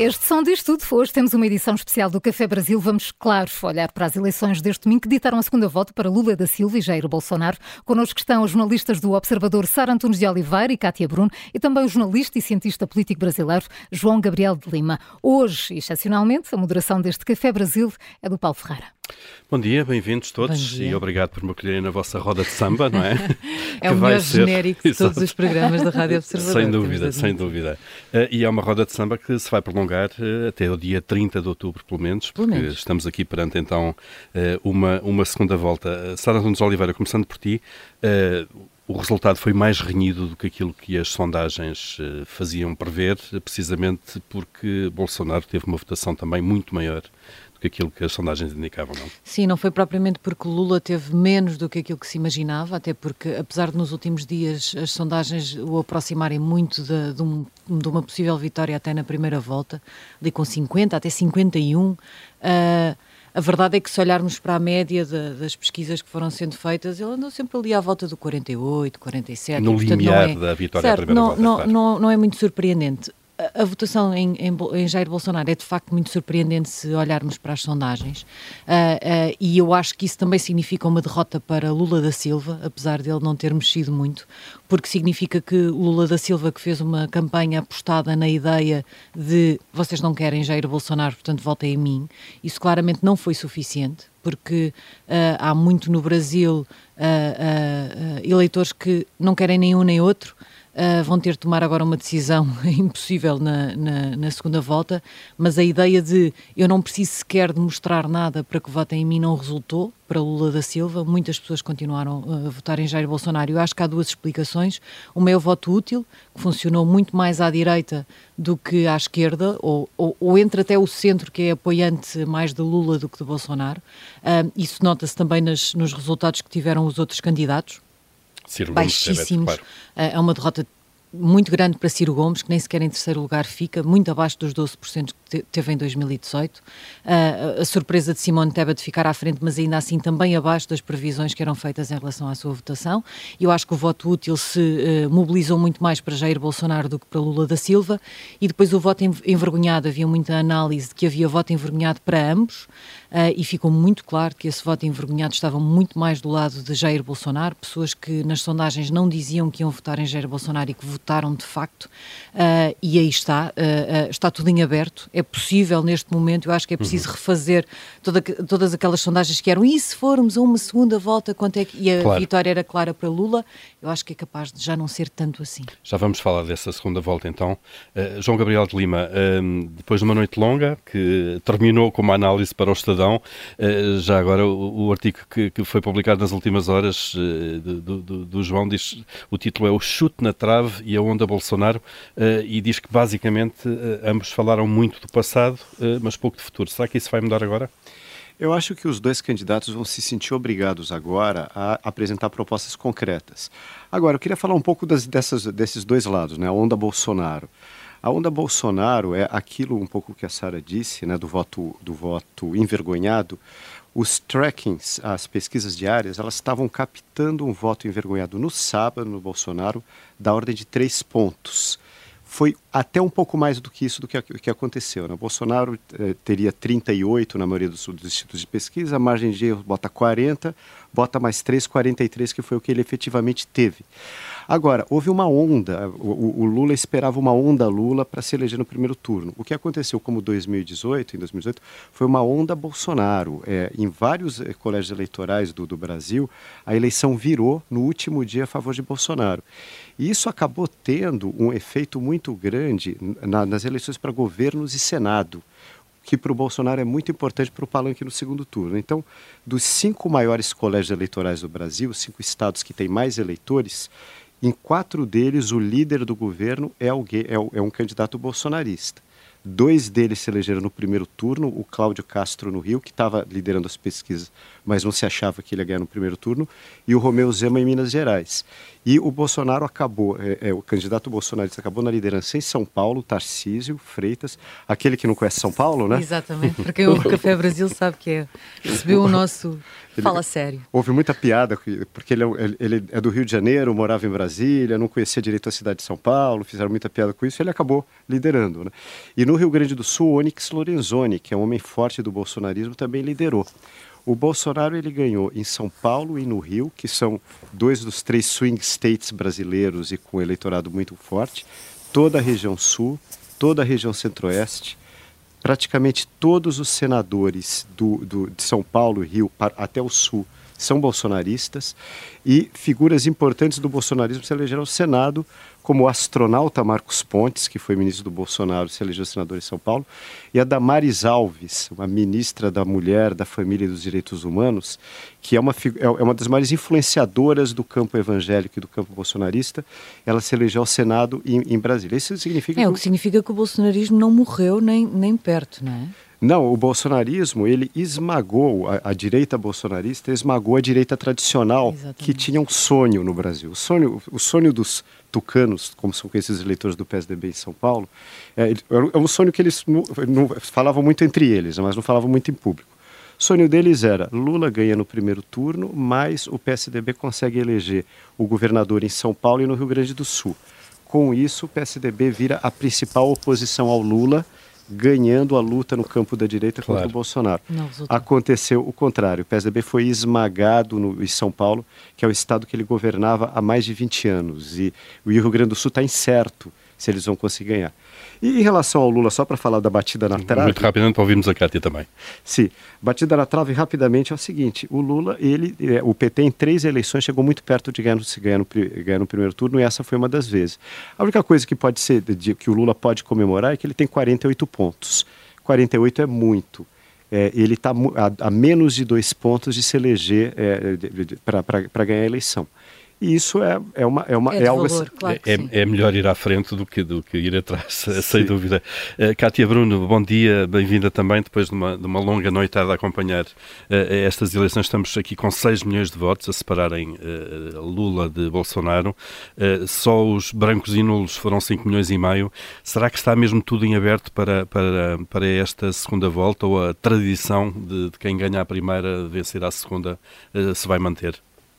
Este som diz tudo. Hoje temos uma edição especial do Café Brasil. Vamos, claro, olhar para as eleições deste domingo que ditaram a segunda volta para Lula da Silva e Jair Bolsonaro. Connosco estão os jornalistas do Observador Sara Antunes de Oliveira e Cátia Bruno e também o jornalista e cientista político brasileiro João Gabriel de Lima. Hoje, excepcionalmente, a moderação deste Café Brasil é do Paulo Ferreira. Bom dia, bem-vindos todos e obrigado por me acolherem na vossa roda de samba, não é? É o melhor genérico de todos os programas da Rádio Observador. Sem dúvida. E é uma roda de samba que se vai prolongar até o dia 30 de outubro, pelo menos, porque estamos aqui perante então uma segunda volta. Sara Antunes de Oliveira, começando por ti, o resultado foi mais renhido do que aquilo que as sondagens faziam prever, precisamente porque Bolsonaro teve uma votação também muito maior que aquilo que as sondagens indicavam, não? Sim, não foi propriamente porque Lula teve menos do que aquilo que se imaginava, até porque, apesar de nos últimos dias as sondagens o aproximarem muito de uma possível vitória até na primeira volta, ali com 50, até 51, a verdade é que se olharmos para a média das pesquisas que foram sendo feitas, ele andou sempre ali à volta do 48, 47. No limiar da vitória à primeira volta, claro. Não é muito surpreendente. A votação em Jair Bolsonaro é de facto muito surpreendente se olharmos para as sondagens e eu acho que isso também significa uma derrota para Lula da Silva, apesar dele não ter mexido muito, porque significa que Lula da Silva, que fez uma campanha apostada na ideia de vocês não querem Jair Bolsonaro, portanto votem em mim, isso claramente não foi suficiente, porque há muito no Brasil eleitores que não querem nem um nem outro. Vão ter de tomar agora uma decisão impossível na segunda volta, mas a ideia de eu não preciso sequer demonstrar nada para que votem em mim não resultou para Lula da Silva. Muitas pessoas continuaram a votar em Jair Bolsonaro. Eu acho que há duas explicações. Uma é o voto útil, que funcionou muito mais à direita do que à esquerda, ou entre até o centro, que é apoiante mais de Lula do que de Bolsonaro. Isso nota-se também nos resultados que tiveram os outros candidatos. Ciro baixíssimos. Gomes, claro. É uma derrota muito grande para Ciro Gomes, que nem sequer em terceiro lugar fica, muito abaixo dos 12% que teve em 2018. A surpresa de Simone Tebet de ficar à frente, mas ainda assim também abaixo das previsões que eram feitas em relação à sua votação. Eu acho que o voto útil se mobilizou muito mais para Jair Bolsonaro do que para Lula da Silva. E depois o voto envergonhado, havia muita análise de que havia voto envergonhado para ambos. E ficou muito claro que esse voto envergonhado estava muito mais do lado de Jair Bolsonaro, pessoas que nas sondagens não diziam que iam votar em Jair Bolsonaro e que votaram de facto, e aí está tudo em aberto. É possível neste momento, eu acho que é preciso refazer todas aquelas sondagens que eram, e se formos a uma segunda volta, quanto é que... E a vitória era clara para Lula, eu acho que é capaz de já não ser tanto assim. Já vamos falar dessa segunda volta então. João Gabriel de Lima, depois de uma noite longa, que terminou com uma análise para o Estadão, já agora o artigo que foi publicado nas últimas horas do João diz, o título é O Chute na Trave e a Onda Bolsonaro, e diz que basicamente ambos falaram muito do passado, mas pouco de futuro. Será que isso vai mudar agora? Eu acho que os dois candidatos vão se sentir obrigados agora a apresentar propostas concretas. Agora, eu queria falar um pouco desses dois lados, né? A onda Bolsonaro. A onda Bolsonaro é aquilo um pouco que a Sara disse, né, do voto envergonhado. Os trackings, as pesquisas diárias, elas estavam captando um voto envergonhado no sábado, no Bolsonaro, da ordem de 3 pontos. Foi até um pouco mais do que isso do que aconteceu, né? O Bolsonaro teria 38 na maioria dos institutos de pesquisa, a margem de erro bota 40, bota mais 3, 43, que foi o que ele efetivamente teve. Agora, houve uma onda, o Lula esperava uma onda Lula para se eleger no primeiro turno. O que aconteceu como em 2018, foi uma onda Bolsonaro. Em vários colégios eleitorais do Brasil, a eleição virou no último dia a favor de Bolsonaro. E isso acabou tendo um efeito muito grande nas eleições para governos e Senado, que para o Bolsonaro é muito importante para o palanque no segundo turno. Então, dos 5 maiores colégios eleitorais do Brasil, 5 estados que têm mais eleitores, em 4 deles o líder do governo é um candidato bolsonarista. 2 deles se elegeram no primeiro turno, o Cláudio Castro no Rio, que estava liderando as pesquisas, mas não se achava que ele ia ganhar no primeiro turno, e o Romeu Zema em Minas Gerais. E o Bolsonaro acabou, o candidato bolsonarista acabou na liderança em São Paulo, Tarcísio Freitas, aquele que não conhece São Paulo, né? Exatamente, porque o Café Brasil sabe que é. Recebeu o nosso... Fala sério. Houve muita piada, porque ele é do Rio de Janeiro, morava em Brasília, não conhecia direito a cidade de São Paulo, fizeram muita piada com isso, ele acabou liderando, né? E no Rio Grande do Sul, o Onyx Lorenzoni, que é um homem forte do bolsonarismo, também liderou. O Bolsonaro ele ganhou em São Paulo e no Rio, que são 2 dos 3 swing states brasileiros e com um eleitorado muito forte, toda a região sul, toda a região centro-oeste, praticamente todos os senadores de São Paulo e Rio até o sul são bolsonaristas e figuras importantes do bolsonarismo se elegeram ao Senado, como o astronauta Marcos Pontes, que foi ministro do Bolsonaro, se elegeu senador em São Paulo, e a Damares Alves, uma ministra da Mulher, da Família e dos Direitos Humanos, que é uma das maiores influenciadoras do campo evangélico e do campo bolsonarista. Ela se elegeu ao Senado em Brasília. Isso significa o que significa que o bolsonarismo não morreu nem perto, não é? Não, o bolsonarismo, ele esmagou, a direita bolsonarista esmagou a direita tradicional. Exatamente. Que tinha um sonho no Brasil. O sonho dos tucanos, como são esses eleitores do PSDB em São Paulo, é um sonho que eles não falavam muito entre eles, mas não falavam muito em público. O sonho deles era: Lula ganha no primeiro turno, mas o PSDB consegue eleger o governador em São Paulo e no Rio Grande do Sul. Com isso, o PSDB vira a principal oposição ao Lula, ganhando a luta no campo da direita contra o Bolsonaro. Aconteceu o contrário. O PSDB foi esmagado em São Paulo, que é o estado que ele governava há mais de 20 anos. E o Rio Grande do Sul está incerto se eles vão conseguir ganhar. E em relação ao Lula, só para falar da batida na trave... Muito rapidamente para ouvirmos a Cátia também. Sim, batida na trave rapidamente é o seguinte: o Lula, o PT em 3 eleições chegou muito perto de ganhar no primeiro turno, e essa foi uma das vezes. A única coisa que pode ser, que o Lula pode comemorar, é que ele tem 48 pontos. 48 é muito. Ele está a menos de 2 pontos de se eleger para ganhar a eleição. E isso é algo valor, assim. Claro é melhor ir à frente do que ir atrás, sem dúvida. Cátia Bruno, bom dia, bem-vinda também, depois de uma longa noitada a acompanhar estas eleições. Estamos aqui com 6 milhões de votos a separarem Lula de Bolsonaro. Só os brancos e nulos foram 5 milhões e meio. Será que está mesmo tudo em aberto para esta segunda volta, ou a tradição de quem ganha a primeira vencer a segunda se vai manter?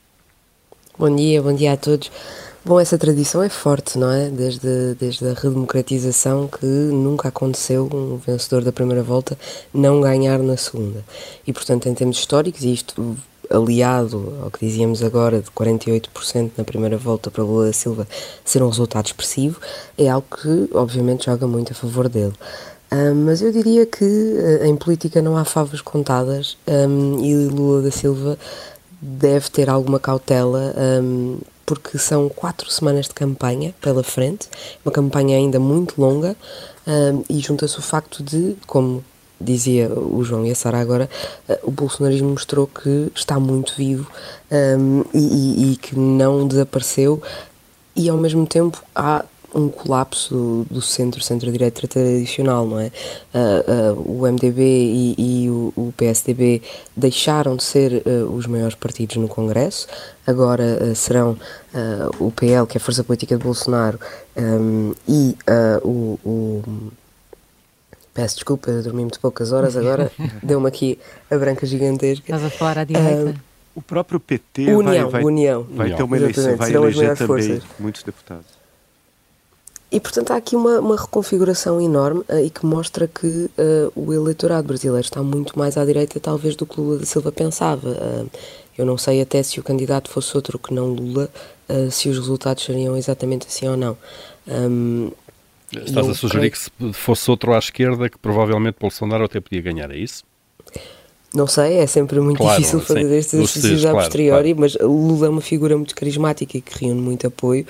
Bom dia a todos. Bom, essa tradição é forte, não é? Desde a redemocratização, que nunca aconteceu um vencedor da primeira volta não ganhar na segunda. E, portanto, em termos históricos, e isto aliado ao que dizíamos agora, de 48% na primeira volta para Lula da Silva ser um resultado expressivo, é algo que, obviamente, joga muito a favor dele. Mas eu diria que em política não há favas contadas, e Lula da Silva deve ter alguma cautela, porque são 4 semanas de campanha pela frente, uma campanha ainda muito longa, e junta-se o facto de, como dizia o João e a Sara agora, o bolsonarismo mostrou que está muito vivo, e que não desapareceu, e ao mesmo tempo há um colapso do centro-direita tradicional, não é? O MDB e o PSDB deixaram de ser os maiores partidos no Congresso, agora serão o PL, que é a força política de Bolsonaro, e peço desculpa, eu dormi muito poucas horas, agora deu-me aqui a branca gigantesca. Estás a falar à direita? O próprio PT vai ter uma eleição, vai eleger também muitos deputados. E, portanto, há aqui uma reconfiguração enorme, e que mostra que o eleitorado brasileiro está muito mais à direita, talvez, do que Lula da Silva pensava. Eu não sei até se o candidato fosse outro que não Lula, se os resultados seriam exatamente assim ou não. Estás a sugerir que se fosse outro à esquerda, que provavelmente Bolsonaro até podia ganhar, é isso? Não sei, é sempre muito difícil fazer estes exercícios a posteriori, mas Lula é uma figura muito carismática e que reúne muito apoio.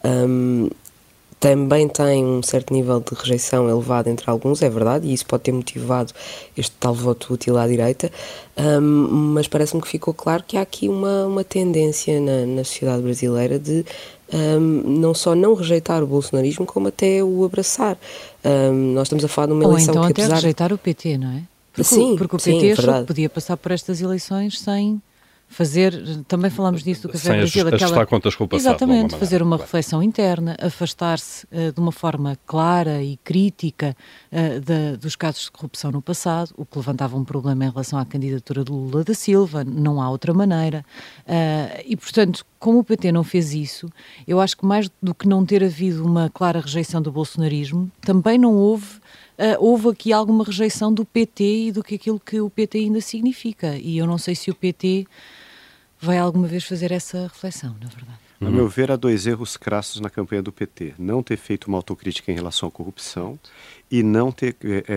Também tem um certo nível de rejeição elevado entre alguns, é verdade, e isso pode ter motivado este tal voto útil à direita, mas parece-me que ficou claro que há aqui uma tendência na sociedade brasileira de não só não rejeitar o bolsonarismo, como até o abraçar. Nós estamos a falar de uma eleição então que, até rejeitar o PT, não é? Porque o PT achou que podia passar por estas eleições sem fazer, também falamos disso do Café Brasil, ajustar contas com o passado. Exatamente, fazer uma reflexão interna, afastar-se de uma forma clara e crítica dos casos de corrupção no passado, o que levantava um problema em relação à candidatura de Lula da Silva, não há outra maneira, e portanto como o PT não fez isso, eu acho que mais do que não ter havido uma clara rejeição do bolsonarismo, também não houve aqui alguma rejeição do PT e do que aquilo que o PT ainda significa. E eu não sei se o PT vai alguma vez fazer essa reflexão, na verdade. A meu ver, há 2 erros crassos na campanha do PT. Não ter feito uma autocrítica em relação à corrupção e não ter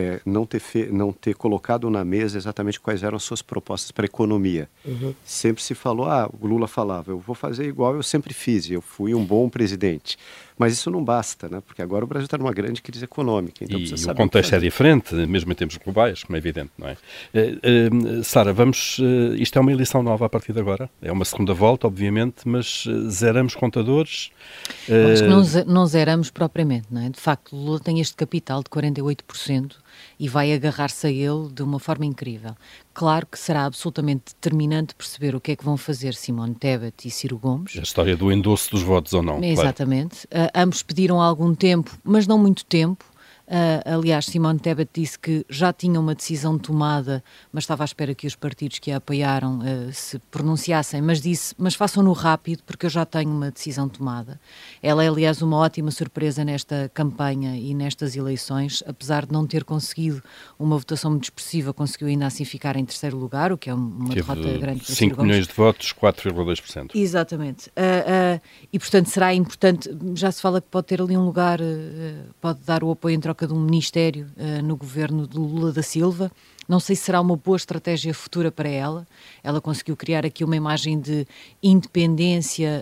colocado na mesa exatamente quais eram as suas propostas para a economia. Sempre se falou, o Lula falava, eu vou fazer igual eu sempre fiz, eu fui um bom presidente. Mas isso não basta, né? Porque agora o Brasil está numa grande crise econômica. Então e o contexto é diferente, mesmo em termos globais, como é evidente, não é? Sara, isto é uma eleição nova a partir de agora, é uma segunda volta, obviamente, mas zeramos contadores? Acho que não zeramos propriamente, não é? De facto, Lula tem este capital de 48% e vai agarrar-se a ele de uma forma incrível. Claro que será absolutamente determinante perceber o que é que vão fazer Simone Tebet e Ciro Gomes. A história do endosso dos votos ou não. Exatamente. Claro. Ambos pediram algum tempo, mas não muito tempo. Aliás, Simone Tebet disse que já tinha uma decisão tomada, mas estava à espera que os partidos que a apoiaram se pronunciassem, mas disse, mas façam-no rápido porque eu já tenho uma decisão tomada. Ela é, aliás, uma ótima surpresa nesta campanha e nestas eleições, apesar de não ter conseguido uma votação muito expressiva, conseguiu ainda assim ficar em terceiro lugar, o que é uma derrota grande para 5 milhões de votos, 4,2%. Exatamente. E, portanto, será importante, já se fala que pode ter ali um lugar, pode dar o apoio em troca de um ministério no governo de Lula da Silva. Não sei se será uma boa estratégia futura para ela. Ela conseguiu criar aqui uma imagem de independência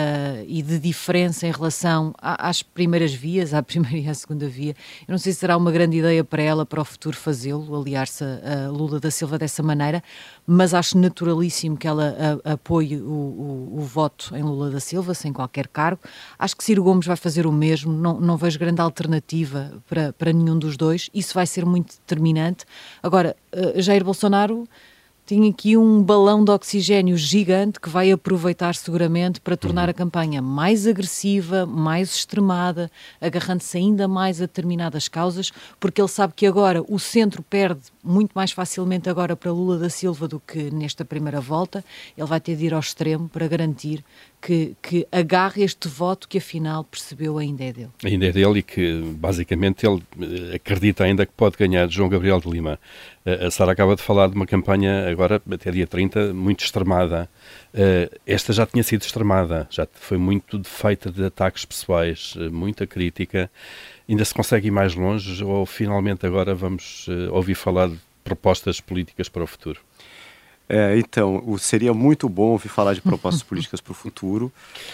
e de diferença em relação às primeiras vias, à primeira e à segunda via. Eu não sei se será uma grande ideia para ela, para o futuro, fazê-lo, aliar-se a Lula da Silva dessa maneira, mas acho naturalíssimo que ela apoie o voto em Lula da Silva, sem qualquer cargo. Acho que Ciro Gomes vai fazer o mesmo. Não vejo grande alternativa para nenhum dos dois. Isso vai ser muito determinante. Agora, Jair Bolsonaro tinha aqui um balão de oxigénio gigante que vai aproveitar seguramente para tornar a campanha mais agressiva, mais extremada, agarrando-se ainda mais a determinadas causas, porque ele sabe que agora o centro perde muito mais facilmente agora para Lula da Silva do que nesta primeira volta. Ele vai ter de ir ao extremo para garantir que agarre este voto que afinal percebeu ainda é dele. Ainda é dele e que basicamente ele acredita ainda que pode ganhar de João Gabriel de Lima. A Sara acaba de falar de uma campanha agora, até dia 30, muito extremada. Esta já tinha sido extremada, já foi muito feita de ataques pessoais, muita crítica. Ainda se consegue ir mais longe ou finalmente agora vamos ouvir falar de propostas políticas para o futuro? Então, seria muito bom ouvir falar de propostas políticas para o futuro.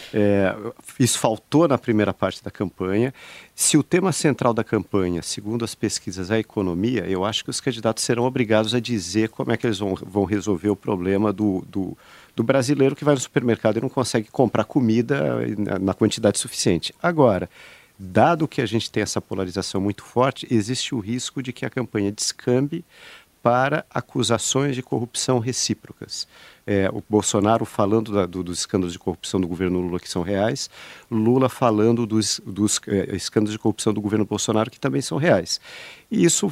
Isso faltou na primeira parte da campanha. Se o tema central da campanha, segundo as pesquisas, é a economia, eu acho que os candidatos serão obrigados a dizer como é que eles vão resolver o problema do brasileiro que vai no supermercado e não consegue comprar comida na quantidade suficiente. Agora, dado que a gente tem essa polarização muito forte, existe o risco de que a campanha descambe para acusações de corrupção recíprocas. O Bolsonaro falando dos escândalos de corrupção do governo Lula, que são reais, Lula falando dos escândalos de corrupção do governo Bolsonaro, que também são reais. E isso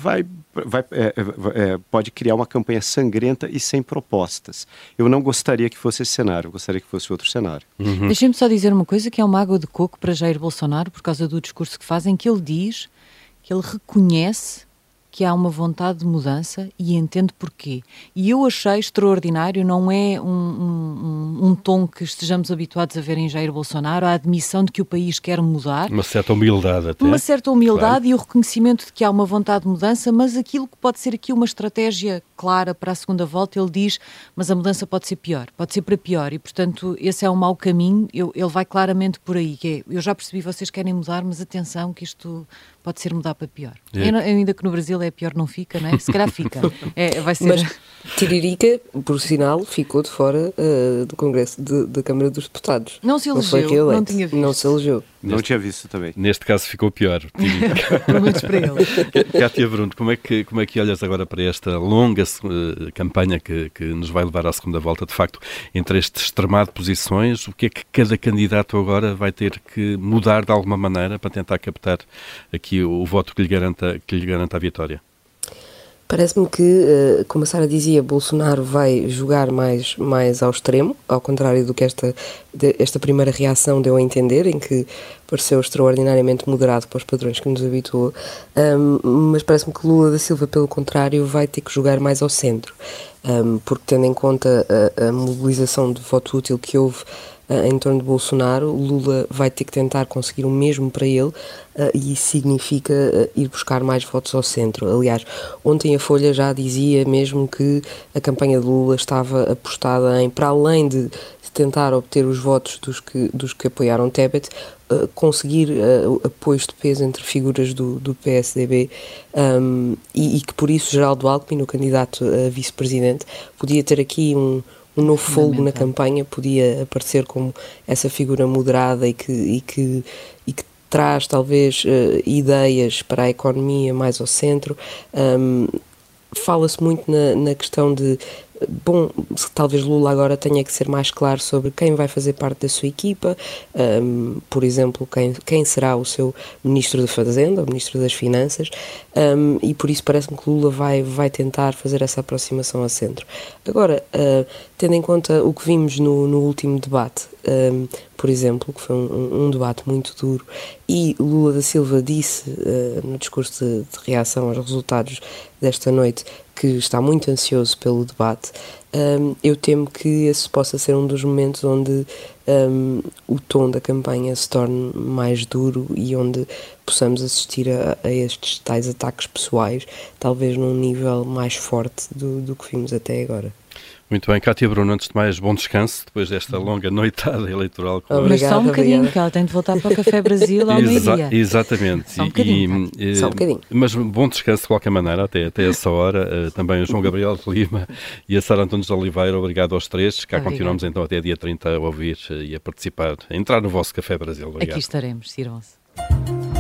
pode criar uma campanha sangrenta e sem propostas. Eu não gostaria que fosse esse cenário, eu gostaria que fosse outro cenário. Deixem-me só dizer uma coisa, que é uma água de coco para Jair Bolsonaro, por causa do discurso que fazem, que ele diz que ele reconhece que há uma vontade de mudança e entende porquê. E eu achei extraordinário, não é um tom que estejamos habituados a ver em Jair Bolsonaro, a admissão de que o país quer mudar. Uma certa humildade até. Uma certa humildade, claro. E o reconhecimento de que há uma vontade de mudança, mas aquilo que pode ser aqui uma estratégia clara para a segunda volta, ele diz, mas a mudança pode ser pior, pode ser para pior, e portanto esse é um mau caminho. Ele vai claramente por aí, que é, eu já percebi, vocês querem mudar, mas atenção que isto pode ser mudar para pior. Ainda que no Brasil é pior, não fica, não é? Se calhar fica. Vai ser... Mas Tiririca, por sinal, ficou de fora do Congresso, da Câmara dos Deputados. Não se elegeu, não tinha visto. Não se elegeu. Não tinha visto também. Neste caso ficou pior. Pelo menos para ele. Cátia Bruno, como é que olhas agora para esta longa campanha que nos vai levar à segunda volta? De facto, entre este extremado de posições, o que é que cada candidato agora vai ter que mudar de alguma maneira para tentar captar aqui o voto que lhe garanta a vitória? Parece-me que, como a Sara dizia, Bolsonaro vai jogar mais ao extremo, ao contrário do que esta primeira reação deu a entender, em que pareceu extraordinariamente moderado para os padrões que nos habituou, mas parece-me que Lula da Silva, pelo contrário, vai ter que jogar mais ao centro, porque tendo em conta a mobilização de voto útil que houve em torno de Bolsonaro, Lula vai ter que tentar conseguir o mesmo para ele, e isso significa ir buscar mais votos ao centro. Aliás, ontem a Folha já dizia mesmo que a campanha de Lula estava apostada em, para além de tentar obter os votos dos que apoiaram Tebet, conseguir apoios de peso entre figuras do PSDB, e que por isso Geraldo Alckmin, o candidato a vice-presidente, podia ter aqui um novo fogo na campanha, podia aparecer como essa figura moderada e que traz talvez ideias para a economia mais ao centro. Fala-se muito na questão de, talvez Lula agora tenha que ser mais claro sobre quem vai fazer parte da sua equipa, por exemplo, quem será o seu Ministro da Fazenda, o Ministro das Finanças, e por isso parece-me que Lula vai tentar fazer essa aproximação ao centro. Agora, tendo em conta o que vimos no último debate, por exemplo, que foi um debate muito duro, e Lula da Silva disse no discurso de reação aos resultados desta noite que está muito ansioso pelo debate, eu temo que esse possa ser um dos momentos onde o tom da campanha se torne mais duro e onde possamos assistir a estes tais ataques pessoais, talvez num nível mais forte do que vimos até agora. Muito bem, Cátia Bruno, antes de mais, bom descanso depois desta longa noitada eleitoral. Mas só um bocadinho, que ela tem de voltar para o Café Brasil ao meio-dia. Exatamente. Só um bocadinho. Só um bocadinho. Mas bom descanso de qualquer maneira, até essa hora. Também o João Gabriel de Lima e a Sara Antunes de Oliveira, obrigado aos três. Cá continuamos então até dia 30 a ouvir e a participar, a entrar no vosso Café Brasil. Obrigado. Aqui estaremos, Sirvam-se.